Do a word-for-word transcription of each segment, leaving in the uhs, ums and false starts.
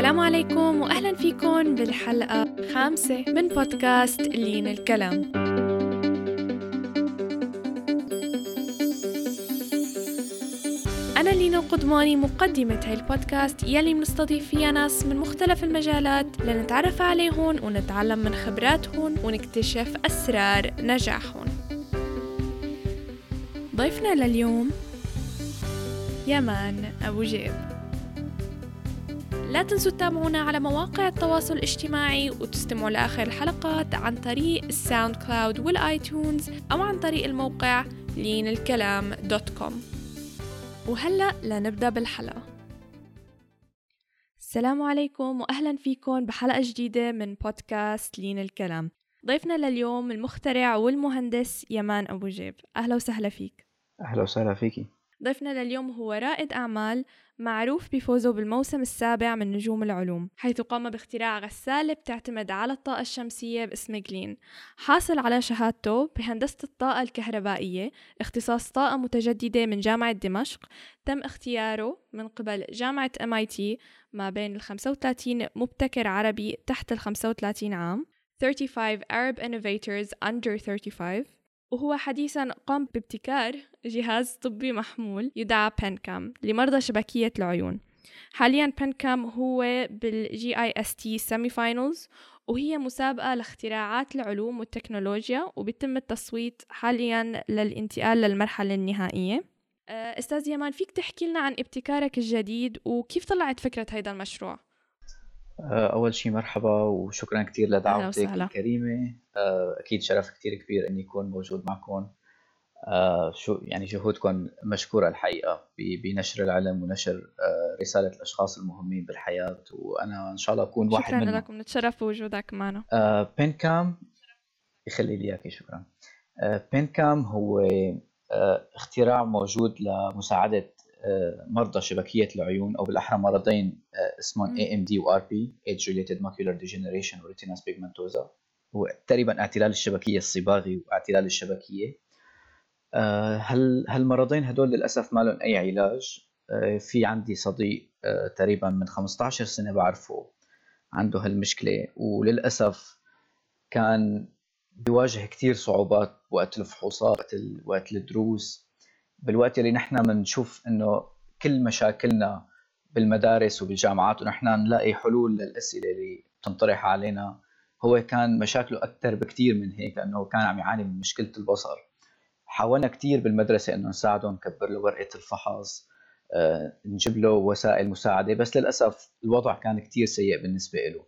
السلام عليكم وأهلا فيكم بالحلقة الخامسة من بودكاست لين الكلام. أنا لينا قدماني مقدمة هاي البودكاست يلي منستضيف فيها ناس من مختلف المجالات لنتعرف عليهم ونتعلم من خبراتهم ونكتشف أسرار نجاحهم. ضيفنا لليوم يمان أبو جيب. لا تنسوا تتابعونا على مواقع التواصل الاجتماعي وتستمعوا لآخر الحلقات عن طريق الساوند كلاود والآيتونز أو عن طريق الموقع لين الكلام دوت كوم. وهلأ لنبدأ بالحلقة. السلام عليكم وأهلا فيكم بحلقة جديدة من بودكاست لين الكلام. ضيفنا لليوم المخترع والمهندس يمان أبو جيب. أهلا وسهلا فيك. أهلا وسهلا فيكي. ضيفنا لليوم هو رائد أعمال معروف بفوزه بالموسم السابع من نجوم العلوم، حيث قام باختراع غسالة بتعتمد على الطاقة الشمسية باسم جلين. حاصل على شهادته بهندسة الطاقة الكهربائية اختصاص طاقة متجددة من جامعة دمشق. تم اختياره من قبل جامعة إم آي تي ما بين الخمسة وثلاثين مبتكر عربي تحت الخمسة وثلاثين عام، خمسة وثلاثين Arab Innovators Under خمسة وثلاثين، وهو حديثاً قام بابتكار جهاز طبي محمول يدعى بنكام لمرضى شبكية العيون. حالياً بنكام هو بالجي آي اس تي سيمي فاينلز، وهي مسابقة لاختراعات العلوم والتكنولوجيا، وبيتم التصويت حالياً للانتقال للمرحلة النهائية. أستاذ يمان، فيك تحكي لنا عن ابتكارك الجديد وكيف طلعت فكرة هذا المشروع؟ أول شيء مرحبا وشكرا كتير لدعوتك الكريمة. أكيد شرف كتير كبير أني أكون موجود معكم. شو يعني جهودكم مشكورة الحقيقة بنشر العلم ونشر رسالة الأشخاص المهمين بالحياة، وأنا إن شاء الله أكون واحد منهم. شكرا لكم، نتشرف بوجودك معنا. بنكام يخلي لي إياكي. شكرا. بنكام هو اختراع موجود لمساعدة مرضى شبكية العيون، أو بالأحرى مرضين اسمهم إيه إم دي و آر بي Age Related Macular Degeneration و Retinitis Pigmentosa، وتقريبا اعتلال الشبكية الصباغي واعتلال الشبكية. هل هالمرضين هدول للأسف ما لهم أي علاج. في عندي صديق تقريبا من خمسة عشر سنة بعرفه عنده هالمشكلة، وللأسف كان بيواجه كتير صعوبات وقت الفحوصات وقت الدروس، بالوقت اللي نحن منشوف انه كل مشاكلنا بالمدارس وبالجامعات ونحن نلاقي حلول للأسئلة اللي تنطرح علينا. هو كان مشاكله أكتر بكتير من هيك، لأنه كان عم يعاني من مشكلة البصر. حاولنا كتير بالمدرسة انه نساعده، نكبر له ورقة الفحص، أه، نجيب له وسائل مساعدة، بس للأسف الوضع كان كتير سيء بالنسبة له.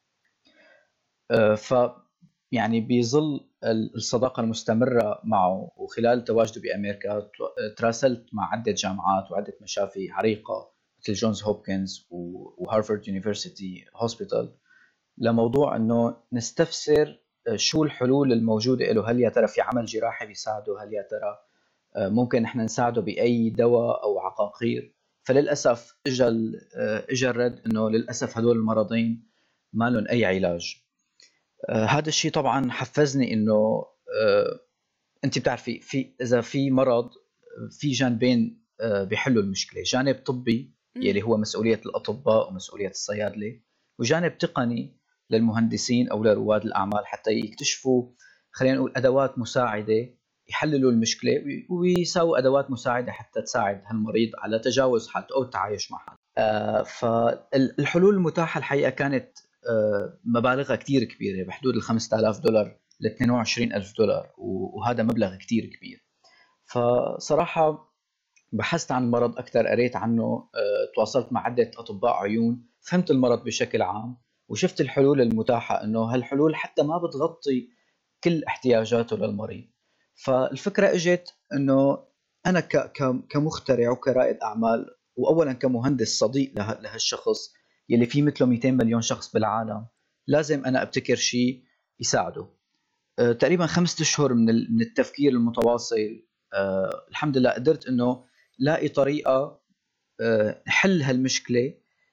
أه ف يعني بيظل الصداقة المستمرة معه، وخلال تواجدي بأمريكا تراسلت مع عدة جامعات وعدة مشافي عريقة مثل جونز هوبكنز وهارفارد يونيفرسيتي هوسبيتال لموضوع أنه نستفسر شو الحلول الموجودة له. هل يا ترى في عمل جراحي بيساعده؟ هل يا ترى ممكن نحن نساعده بأي دواء أو عقاقير؟ فللأسف إجا إجا الرد أنه للأسف هدول المرضين ما لهم أي علاج. آه هذا الشيء طبعا حفزني انه آه انت بتعرفي في اذا في مرض في جانبين آه بيحلوا المشكله، جانب طبي يلي هو مسؤوليه الاطباء ومسؤوليه الصيادله، وجانب تقني للمهندسين او لرواد الاعمال حتى يكتشفوا خلينا نقول ادوات مساعده يحللوا المشكله ويساووا ادوات مساعده حتى تساعد هالمريض على تجاوز حالته او التعايش مع حالته. آه فالحلول المتاحه الحقيقه كانت مبالغها كتير كبيرة بحدود الخمسة آلاف دولار ل اثنين وعشرين ألف دولار، وهذا مبلغ كتير كبير. فصراحة بحثت عن المرض أكتر، قريت عنه، تواصلت مع عدة أطباء عيون، فهمت المرض بشكل عام وشفت الحلول المتاحة، أنه هالحلول حتى ما بتغطي كل احتياجاته للمريض. فالفكرة اجت أنه أنا كمخترع وكرائد أعمال، وأولا كمهندس صديق لهالشخص يلي فيه مثله مئتين مليون شخص بالعالم، لازم أنا أبتكر شيء يساعده. أه تقريبا خمسة أشهر من من التفكير المتواصل، أه الحمد لله قدرت إنه لاقي طريقة أه نحل هالمشكلة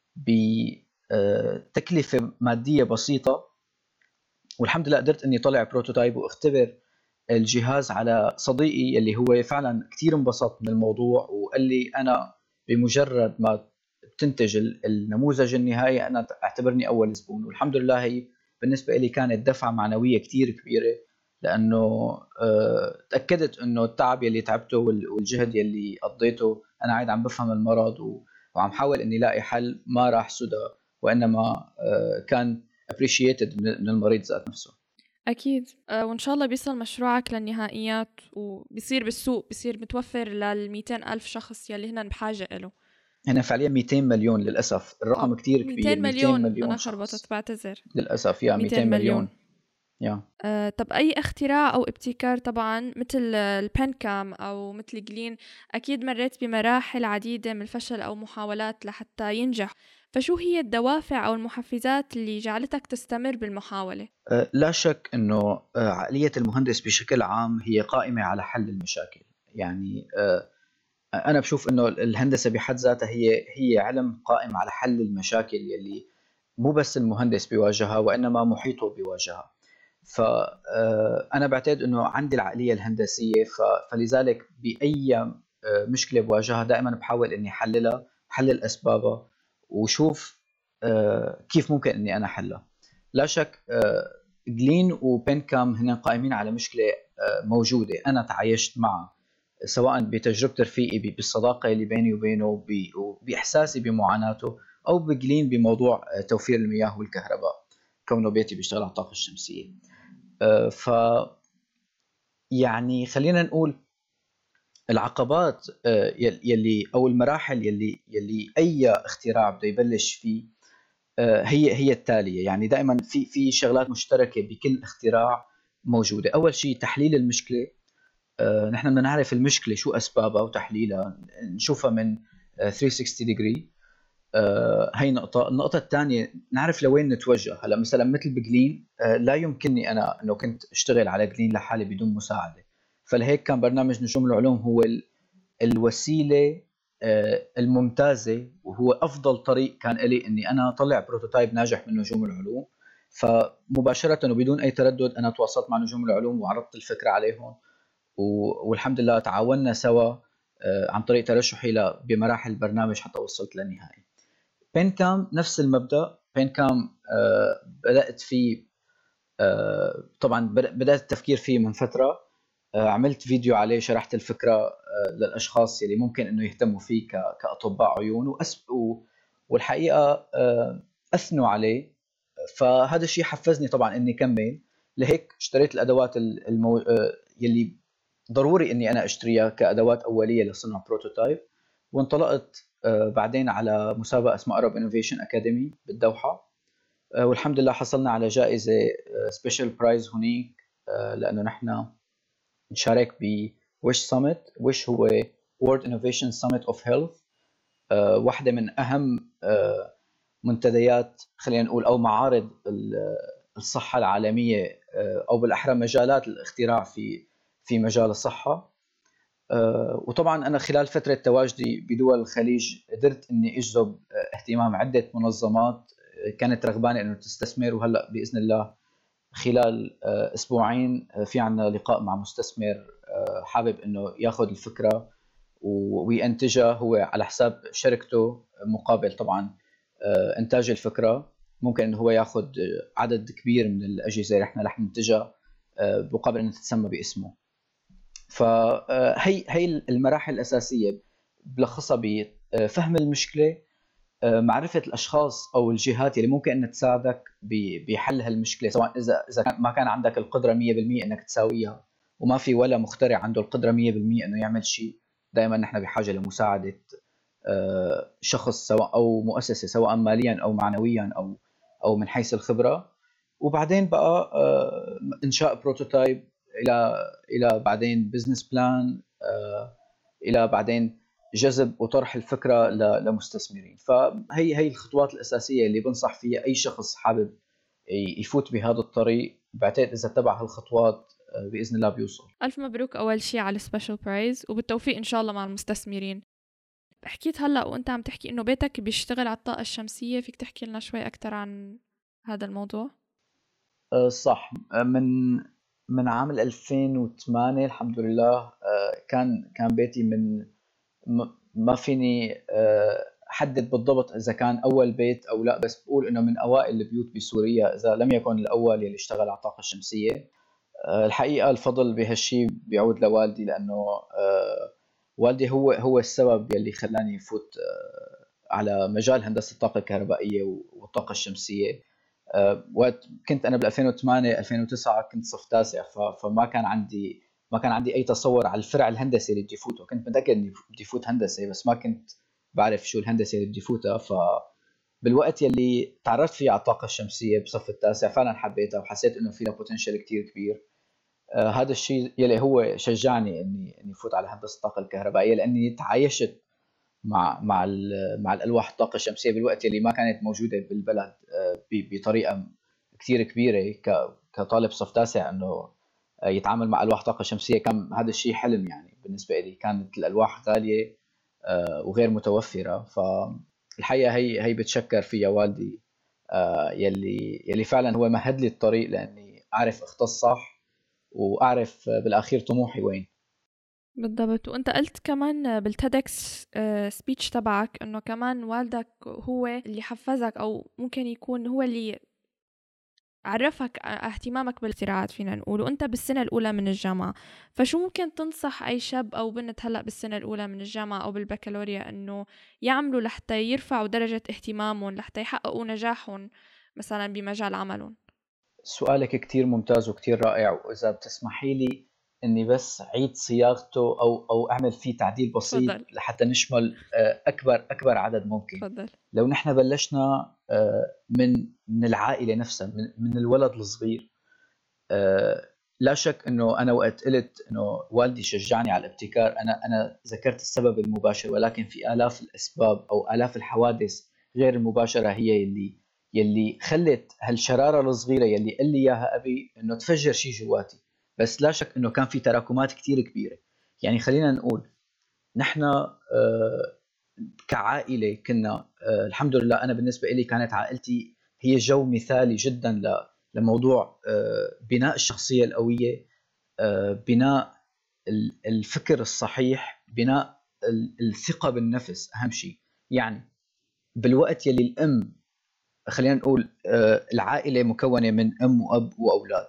بتكلفة مادية بسيطة، والحمد لله قدرت إني طلع بروتوتايب واختبر الجهاز على صديقي اللي هو فعلا كتير انبسط من الموضوع، وقال لي أنا بمجرد ما بتنتج النموذج النهائي أنا أعتبرني أول زبون. والحمد لله هي بالنسبة لي كانت دفعة معنوية كتير كبيرة، لأنه تأكدت أنه التعب يلي تعبته والجهد يلي قضيته أنا عايد عم بفهم المرض وعم حاول أني لاقي حل ما راح سدى، وإنما كان appreciated من المريض ذات نفسه. أكيد. أه وإن شاء الله بيصل مشروعك للنهائيات وبيصير بالسوق، بيصير متوفر للميتين ألف شخص يلي هن بحاجة له. هنا فعليا ميتين مليون للأسف، الرقم أوه. كتير كبير. ميتين مليون, مليون مليون أنا شخص. خربطت بعتذر. للأسف يا ميتين مليون. يا. أه طب أي اختراع أو ابتكار طبعا مثل البنكام أو مثل جلين أكيد مريت بمراحل عديدة من الفشل أو محاولات لحتى ينجح، فشو هي الدوافع أو المحفزات اللي جعلتك تستمر بالمحاولة؟ أه لا شك أنه أه عقلية المهندس بشكل عام هي قائمة على حل المشاكل. يعني أه أنا بشوف أنه الهندسة بحد ذاتها هي هي علم قائم على حل المشاكل يلي مو بس المهندس بيواجهها وإنما محيطه بيواجهها. فأنا بعتقد أنه عندي العقلية الهندسية، فلذلك بأي مشكلة بواجهها دائما بحاول أني حللها، حلل أسبابها وشوف كيف ممكن أني أنا حلها. لا شك جلين وبنكام هن قائمين على مشكلة موجودة أنا تعايشت معها، سواء بتجربة رفيقي بالصداقة اللي بيني وبينه وبإحساسي بمعاناته، أو بجلين بموضوع توفير المياه والكهرباء كونه بيتي بيشتغل على الطاقة الشمسية. ف يعني خلينا نقول العقبات يلي أو المراحل يلي يلي أي اختراع بده يبلش فيه هي هي التالية. يعني دائما في في شغلات مشتركة بكل اختراع موجودة. أول شيء تحليل المشكلة. نحن بدنا نعرف المشكلة شو أسبابها وتحليلها، نشوفها من ثلاثمية وستين ديجري. هاي نقطة. النقطة الثانية نعرف لوين نتوجه. هلا مثلا مثل بجلين لا يمكنني أنا أنه كنت أشتغل على جلين لحالي بدون مساعدة، فلهيك كان برنامج نجوم العلوم هو الوسيلة الممتازة وهو أفضل طريق كان لي أني أنا أطلع بروتوتايب ناجح من نجوم العلوم. فمباشرة وبدون أي تردد أنا تواصلت مع نجوم العلوم وعرضت الفكرة عليهم، والحمد لله تعاوننا سوا عن طريق ترشحي بمراحل البرنامج حتى وصلت للنهاية. بنكام نفس المبدأ. بنكام بدأت فيه طبعا بدأت التفكير فيه من فترة، عملت فيديو عليه شرحت الفكرة للأشخاص اللي ممكن أنه يهتموا فيه كأطباء عيون، والحقيقة أثنوا عليه، فهذا الشيء حفزني طبعا أني كمل. لهيك اشتريت الأدوات المو... يلي ضروري أني أنا أشتريها كأدوات أولية لصنع بروتوتايب، وانطلقت بعدين على مسابقة اسمها Arab Innovation Academy بالدوحة، والحمد لله حصلنا على جائزة سبيشال برايز هناك، لأنه نحن نشارك بويش سامت. ويش هو World Innovation Summit of Health، واحدة من أهم منتديات خلينا نقول أو معارض الصحة العالمية، أو بالأحرى مجالات الاختراع في في مجال الصحة. وطبعا أنا خلال فترة تواجدي بدول الخليج قدرت إني أجذب اهتمام عدة منظمات كانت رغبانة إنه تستثمر، وهلأ بإذن الله خلال أسبوعين في عنا لقاء مع مستثمر حابب إنه يأخذ الفكرة وينتجها هو على حساب شركته، مقابل طبعا إنتاج الفكرة ممكن إنه هو يأخذ عدد كبير من الأجهزة اللي إحنا رح ننتجها مقابل إنه تتسمى باسمه. فهي هي المراحل الأساسية بلخصها بفهم المشكلة، معرفة الأشخاص أو الجهات اللي ممكن أن تساعدك بحل هالمشكلة، سواء إذا إذا ما كان عندك القدرة مية بالمية أنك تساويها، وما في ولا مخترع عنده القدرة مية بالمية أنه يعمل شيء. دائما نحن بحاجة لمساعدة شخص سواء أو مؤسسة، سواء ماليا أو معنويا أو أو من حيث الخبرة. وبعدين بقى إنشاء بروتوتايب، إلى إلى بعدين بزنس بلان، إلى بعدين جذب وطرح الفكرة لمستثمرين. فهي هي الخطوات الأساسية اللي بنصح فيها أي شخص حابب يفوت بهذا الطريق. بعتقد إذا اتبع هالخطوات بإذن الله بيوصل. ألف مبروك أول شيء على السبيشال برايز، وبالتوفيق إن شاء الله مع المستثمرين. حكيت هلأ وأنت عم تحكي إنه بيتك بيشتغل على الطاقة الشمسية، فيك تحكي لنا شوي أكتر عن هذا الموضوع؟ أه صح. من من عام ألفين وثمانية الحمد لله كان كان بيتي من ما فيني حدد بالضبط اذا كان اول بيت او لا، بس بقول انه من اوائل البيوت بسوريا اذا لم يكن الاول يلي اشتغل على الطاقه الشمسيه. الحقيقه الفضل بهالشيء بيعود لوالدي، لانه والدي هو هو السبب يلي خلاني فوت على مجال هندسه الطاقه الكهربائيه والطاقه الشمسيه. وقت كنت انا بال ألفين وثمانية ألفين وتسعة كنت صف تاسع، فما كان عندي ما كان عندي اي تصور على الفرع الهندسي اللي بدي فوته. كنت متاكد اني بدي فوت هندسه، بس ما كنت بعرف شو الهندسه اللي بدي فوتها. فبالوقت يلي تعرفت فيه على الطاقه الشمسيه بصف التاسع فعلا حبيتها وحسيت انه فيها بوتنشل كتير كبير. آه هذا الشيء يلي هو شجعني اني اني فوت على هندسه الطاقه الكهربائيه، لاني تعايشت مع مع مع الالواح الطاقه الشمسيه بالوقت اللي ما كانت موجوده بالبلد بطريقه كثير كبيره كطالب صف تاسع، انه يتعامل مع الواح طاقه شمسيه. كان هذا الشيء حلم يعني بالنسبه لي، كانت الالواح غاليه وغير متوفره. فالحقيقه هي هي بتشكر فيها والدي يلي يلي فعلا هو مهد لي الطريق لاني اعرف اختص صح واعرف بالاخير طموحي وين. بالضبط. وانت قلت كمان بالتيدكس سبيتش تبعك انه كمان والدك هو اللي حفزك او ممكن يكون هو اللي عرفك اهتمامك بالزراعات فينا نقول، وانت بالسنة الاولى من الجامعة. فشو ممكن تنصح اي شاب او بنت هلأ بالسنة الاولى من الجامعة او بالبكالوريا انه يعملوا لحتى يرفعوا درجة اهتمامهم لحتى يحققوا نجاحهم مثلا بمجال عملهم؟ سؤالك كتير ممتاز وكتير رائع، واذا بتسمحي لي اني بس عيد صياغته او او اعمل فيه تعديل بسيط فضل. لحتى نشمل اكبر اكبر عدد ممكن. فضل. لو نحن بلشنا من من العائله نفسها، من من الولد الصغير، لا شك انه انا وقت قلت انه والدي شجعني على الابتكار، انا انا ذكرت السبب المباشر، ولكن في آلاف الاسباب او آلاف الحوادث غير المباشره هي اللي يلي خلت هالشراره الصغيره يلي قال لي اياها ابي انه تفجر شيء جواتي. بس لا شك انه كان في تراكمات كتير كبيره. يعني خلينا نقول نحن كعائله كنا الحمد لله، انا بالنسبه لي كانت عائلتي هي جو مثالي جدا لموضوع بناء الشخصيه القويه، بناء الفكر الصحيح، بناء الثقه بالنفس اهم شيء. يعني بالوقت يلي الام، خلينا نقول العائله مكونه من ام واب واولاد،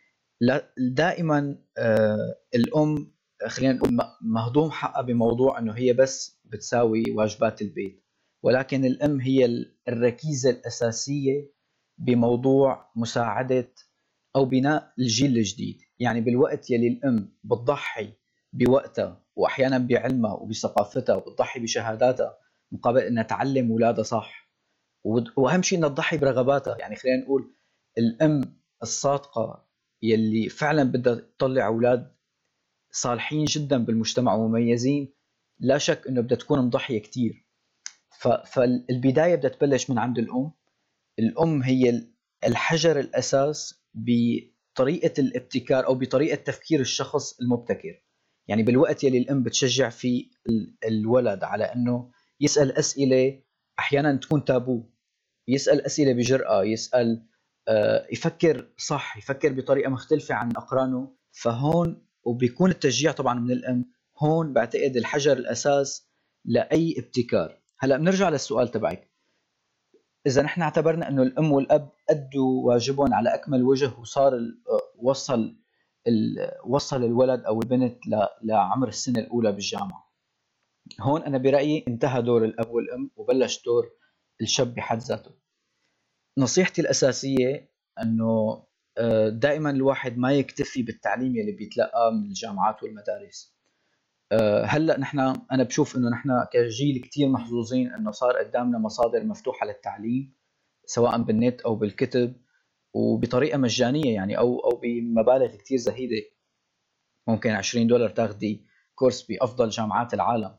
دائما الام خلينا نقول مهضوم حقها بموضوع انه هي بس بتساوي واجبات البيت، ولكن الام هي الركيزه الاساسيه بموضوع مساعده او بناء الجيل الجديد. يعني بالوقت يلي الام بتضحي بوقتها واحيانا بعلمها وبثقافتها وبتضحي بشهاداتها مقابل انها تعلم اولادها صح، واهم شيء انها تضحي برغباتها. يعني خلينا نقول الام الصادقه يلي فعلا بدها تطلع اولاد صالحين جدا بالمجتمع ومميزين، لا شك انه بدها تكون مضحيه كثير. فالبدايه بدها تبلش من عند الام. الام هي الحجر الاساس بطريقه الابتكار او بطريقه تفكير الشخص المبتكر. يعني بالوقت يلي الام بتشجع فيه الولد على انه يسال اسئله احيانا تكون تابو، يسال اسئله بجرأه، يسال يفكر صح، يفكر بطريقه مختلفه عن اقرانه، فهون وبيكون التشجيع طبعا من الام. هون بعتقد الحجر الاساس لاي ابتكار. هلا بنرجع للسؤال تبعك، اذا نحن اعتبرنا انه الام والاب ادوا واجبهم على اكمل وجه وصار وصل وصل الولد او البنت لعمر السنه الاولى بالجامعه، هون انا برايي انتهى دور الاب والام وبلش دور الشاب بحد ذاته. نصيحتي الاساسيه انه دائما الواحد ما يكتفي بالتعليم اللي بيتلقاه من الجامعات والمدارس. هلا نحن انا بشوف انه نحن كجيل كتير محظوظين انه صار قدامنا مصادر مفتوحه للتعليم سواء بالنت او بالكتب وبطريقه مجانيه، يعني او او بمبالغ كتير زهيده. ممكن عشرين دولار تاخدي كورس بافضل جامعات العالم.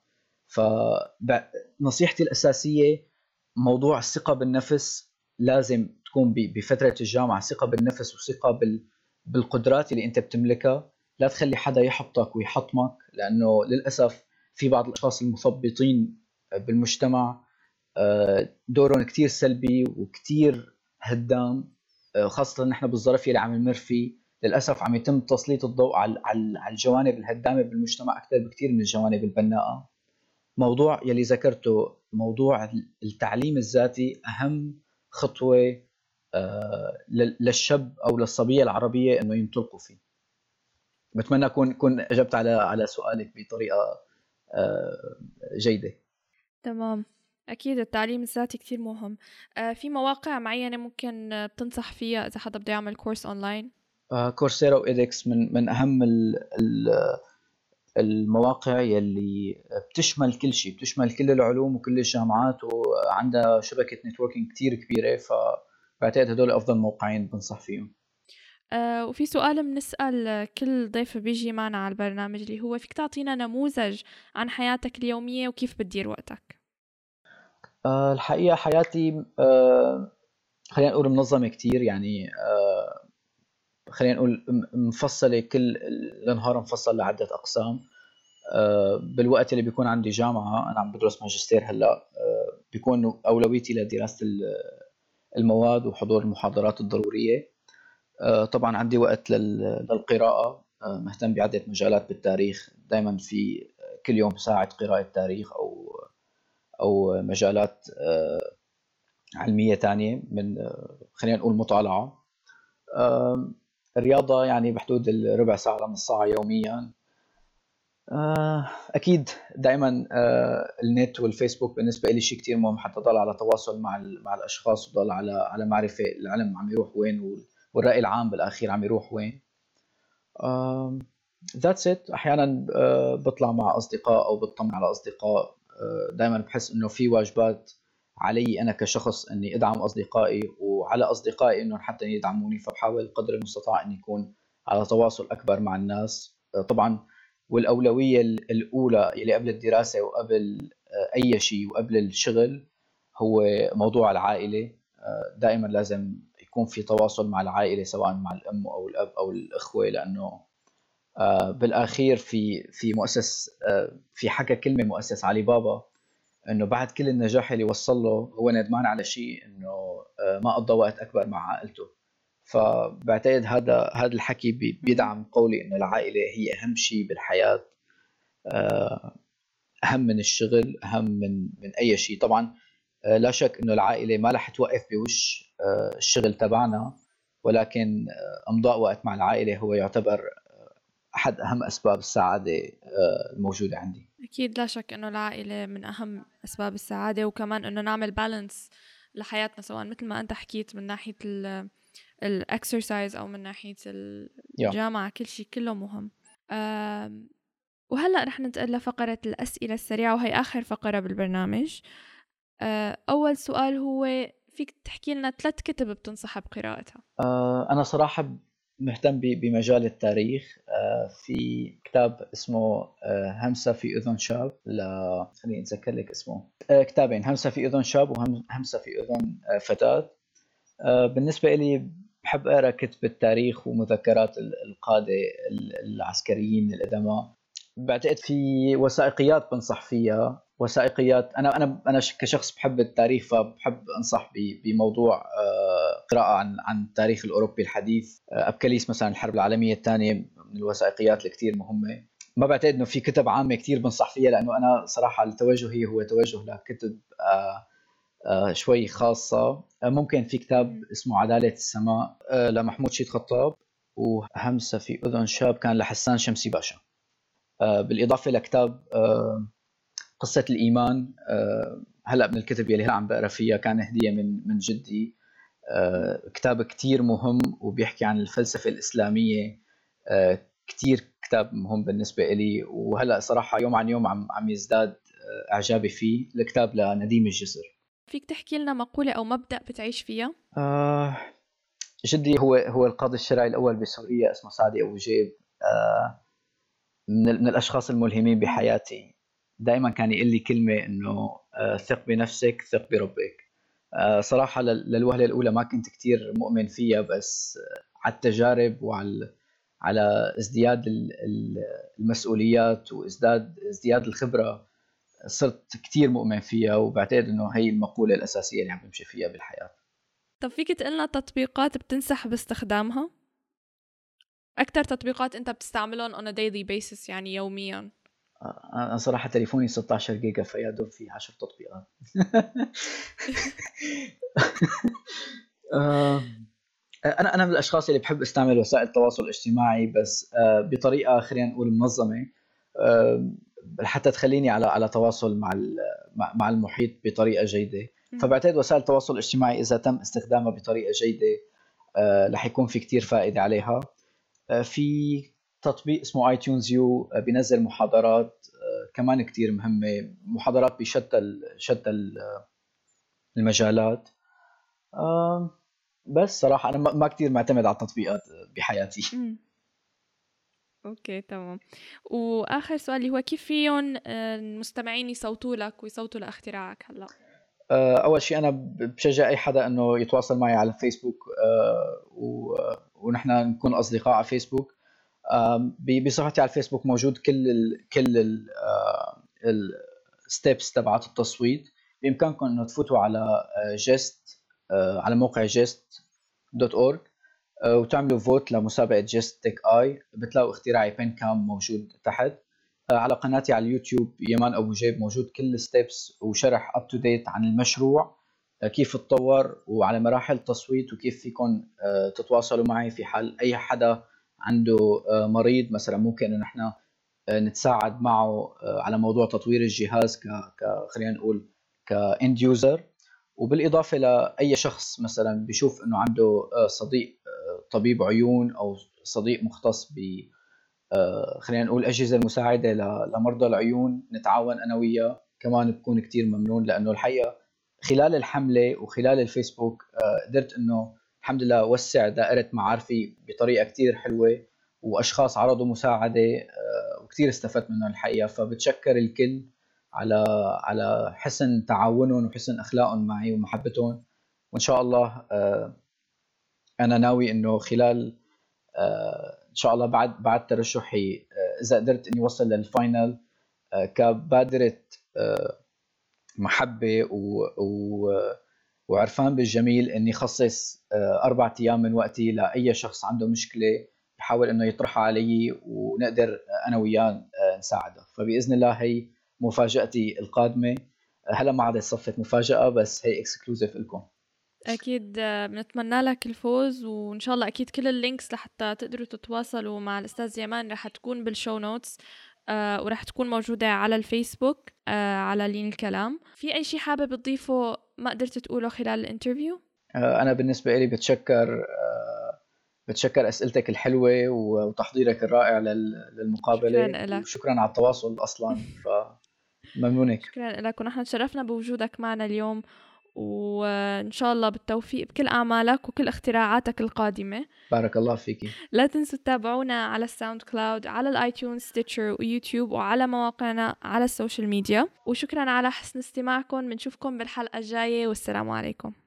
فنصيحتي الاساسيه موضوع الثقه بالنفس لازم تكون بفتره الجامعه، ثقه بالنفس وثقه بالقدرات اللي انت بتملكها. لا تخلي حدا يحبطك ويحطمك، لانه للاسف في بعض الاشخاص المثبطين بالمجتمع دورهم كتير سلبي وكتير هدام، خاصه نحن بالظرف اللي عم نمر فيه. للاسف عم يتم تسليط الضوء على على الجوانب الهدامه بالمجتمع اكثر بكثير من الجوانب البناءه. موضوع يلي ذكرته، موضوع التعليم الذاتي أهم خطوة للشاب أو للصبية العربية إنه ينطلقوا فيه. بتمنى أكون كون أجبت على على سؤالك بطريقة جيدة. تمام، أكيد التعليم الذاتي كتير مهم. في مواقع معينة ممكن بتنصح فيها إذا حدا بده يعمل كورس أونلاين؟ كورسيرا وإيدكس من من أهم ال المواقع يلي بتشمل كل شيء، بتشمل كل العلوم وكل الجامعات، وعندها شبكة نتوركينج كتير كبيرة، فبعتقد هدول أفضل موقعين بنصح فيهم. آه وفي سؤال بنسأل كل ضيف بيجي معنا على البرنامج اللي هو فيك تعطينا نموذج عن حياتك اليومية وكيف بتدير وقتك؟ آه الحقيقة حياتي آه خلينا نقول منظمة كتير، يعني آه خلينا نقول مفصلة، كل النهار مفصل لعدة أقسام. آه بالوقت اللي بيكون عندي جامعة، أنا عم بدرس ماجستير هلأ، آه بيكون أولويتي لدراسة المواد وحضور المحاضرات الضرورية. آه طبعا عندي وقت للقراءة، آه مهتم بعدة مجالات بالتاريخ، دايما في كل يوم ساعة قراءة تاريخ أو أو مجالات آه علمية تانية، من خلينا نقول مطالعة. الرياضة يعني بحدود الربع ساعة لنص ساعة يوميا. أكيد دائما النت والفيسبوك بالنسبة لي شيء كتير مهم، حتى ضل على تواصل مع مع الأشخاص، وضل على على معرفة العلم عم يروح وين، والرأي العام بالأخير عم يروح وين. That's it. أحيانا بطلع مع أصدقاء أو بطمن على أصدقاء. دائما بحس إنه في واجبات علي أنا كشخص إني أدعم أصدقائي، وعلى أصدقائي إنه حتى يدعموني، فبحاول قدر المستطاع إني يكون على تواصل أكبر مع الناس. طبعا والأولوية الأولى اللي قبل الدراسة وقبل أي شيء وقبل الشغل هو موضوع العائلة. دائما لازم يكون في تواصل مع العائلة، سواء مع الأم أو الأب أو الأخوة، لأنه بالأخير في في مؤسس في حكى كلمة مؤسس علي بابا إنه بعد كل النجاح اللي وصل له هو ندمان على شيء إنه ما قضى وقت أكبر مع عائلته. فبعتقد هذا هذا الحكي بيدعم قولي إنه العائلة هي أهم شيء بالحياة، أهم من الشغل، أهم من من أي شيء. طبعا لا شك إنه العائلة ما رح توقف بوش الشغل تبعنا، ولكن إمضاء وقت مع العائلة هو يعتبر أحد أهم أسباب السعادة الموجودة عندي. أكيد لا شك إنه العائلة من أهم أسباب السعادة، وكمان إنه نعمل بالانس لحياتنا، سواء مثل ما أنت حكيت من ناحية الأكسرسايز أو من ناحية الجامعة، كل شيء كله مهم. وهلأ رح ننتقل لفقرة الأسئلة السريعة، وهي آخر فقرة بالبرنامج. أول سؤال هو فيك تحكي لنا ثلاث كتب بتنصح بقراءتها؟ أنا صراحة مهتم بمجال التاريخ. في كتاب اسمه همسة في أذن شاب، لا خليني أتذكر لك اسمه، كتابين، همسة في أذن شاب وهمسة في أذن فتاة. بالنسبة لي بحب أقرأ كتب التاريخ ومذكرات القادة العسكريين القدماء. بعتقد في وثائقيات بنصح فيها، وثائقيات. أنا أنا أنا كشخص بحب التاريخ، فبحب أنصح بموضوع قراءة عن عن التاريخ الأوروبي الحديث. أبكاليس مثلا الحرب العالمية الثانية من الوثائقيات اللي كتير مهمة. ما بعتقد إنه في كتب عامة كتير بنصح فيها، لأنه أنا صراحة التوجه هو توجه لكتب آه آه شوي خاصة. آه ممكن في كتاب اسمه عدالة السماء آه لمحمود شيد خطاب، وهمسة في أذن شاب كان لحسان شمسي باشا. آه بالإضافة لكتاب آه قصة الإيمان، آه هلأ من الكتب يلي هلأ عم بقرأ فيها، كان هدية من من جدي. آه كتاب كتير مهم وبيحكي عن الفلسفة الإسلامية. آه كتير كتاب مهم بالنسبة إلي، وهلأ صراحة يوم عن يوم عم عم يزداد آه إعجابي فيه. الكتاب لنديم الجسر. فيك تحكي لنا مقولة أو مبدأ بتعيش فيها؟ آه جدي هو هو القاضي الشرعي الأول بسوريا، اسمه سعدي أبو جيب. آه من, من الأشخاص الملهمين بحياتي. دائما كان يقول لي كلمة إنه آه ثق بنفسك، ثق بربك. آه صراحة للوهلة الأولى ما كنت كتير مؤمن فيها، بس على التجارب وعلى على ازدياد المسؤوليات وازداد ازدياد الخبرة صرت كتير مؤمن فيها، وبعتقد إنه هي المقولة الأساسية اللي عم بمشي فيها بالحياة. طب فيك تقلنا تطبيقات بتنصح باستخدامها؟ أكتر تطبيقات أنت بتستعملهم on a daily basis، يعني يومياً؟ انا صراحه تليفوني ستة عشر جيجا فيا دوب في عشر تطبيقات. آه، انا انا من الاشخاص اللي بحب استعمل وسائل التواصل الاجتماعي، بس آه، بطريقه خلينا نقول منظمه، آه، حتى تخليني على على تواصل مع ال- مع مع المحيط بطريقه جيده. فبعتقد وسائل التواصل الاجتماعي اذا تم استخدامها بطريقه جيده آه، رح يكون في كتير فائده عليها. آه، في تطبيق اسمه اي تيونز يو بينزل محاضرات آه، كمان كتير مهمه، محاضرات بشتى ال- شتى ال- المجالات. آه، بس صراحه انا ما ما كتير معتمد على التطبيقات بحياتي. مم. اوكي تمام. واخر سؤال اللي هو كيف فيهم آه، المستمعين يصوتوا لك ويصوتوا لاختراعك هلا؟ آه، اول شيء انا بشجع اي حدا انه يتواصل معي على فيسبوك، آه، و- ونحن نكون اصدقاء على فيسبوك. آم، ب- بصفحتي على الفيسبوك موجود كل ال كل الستبس تبعت التصويت. بامكانكم انه تفوتوا على جيست، على موقع جيست دوت اورج، وتعملوا فوت لمسابقه جيست تك اي. بتلاقوا اختراعي بين كام موجود تحت. آه، على قناتي على اليوتيوب يمان ابو جيب موجود كل الستبس وشرح اب تو ديت عن المشروع، آه، كيف تطور وعلى مراحل التصويت، وكيف فيكم آه، تتواصلوا معي في حال اي حدا عنده آه، مريض مثلا، ممكن انه نحن آه، نتساعد معه آه، على موضوع تطوير الجهاز ك ك- خلينا نقول كاند يوزر. وبالاضافه لاي شخص مثلا بيشوف انه عنده آه، صديق آه، طبيب عيون او صديق مختص ب آه، خلينا نقول اجهزه المساعده ل- لمرضى العيون، نتعاون انا وياه كمان، بكون كتير ممنون. لانه الحقيقه خلال الحمله وخلال الفيسبوك آه، قدرت انه الحمد لله وسع دائره معارفي بطريقه كتير حلوه، واشخاص عرضوا مساعده آه، وكتير استفدت منهم الحقيقه. فبتشكر الكل على على حسن تعاونهم وحسن اخلاقهم معي ومحبتهم. وان شاء الله آه، انا ناوي انه خلال آه، ان شاء الله بعد بعد ترشحي آه، اذا قدرت اني اوصل للفاينل آه، كبادره آه، محبه و, و وعرفان بالجميل اني خصص آه، اربع ايام من وقتي لاي شخص عنده مشكله بحاول انه يطرحها علي، ونقدر انا وياه آه، نساعده. فباذن الله هي مفاجاتي القادمه. آه، هلا ما عادت صفت مفاجاه، بس هي اكسكلوزيف لكم. أكيد آه، بنتمنى لك الفوز، وإن شاء الله أكيد كل اللينكس لحتى تقدروا تتواصلوا مع الأستاذ يمان رح تكون بالشو نوتس، آه ورح تكون موجودة على الفيسبوك آه على لين الكلام. في أي شي حابب تضيفه ما قدرت تقوله خلال الانترفيو؟ آه، انا بالنسبه لي بتشكر آه، بتشكر اسئلتك الحلوه وتحضيرك الرائع لل- شكرا للمقابله، لك. وشكرا على التواصل اصلا. فممنونك. شكرا لك، ونحن تشرفنا بوجودك معنا اليوم، وإن شاء الله بالتوفيق بكل أعمالك وكل اختراعاتك القادمة. بارك الله فيكي. لا تنسوا تتابعونا على الساوند كلاود، على الاي تيونز، ستيتشر ويوتيوب، وعلى مواقعنا على السوشيال ميديا. وشكرا على حسن استماعكم، بنشوفكم بالحلقة الجاية، والسلام عليكم.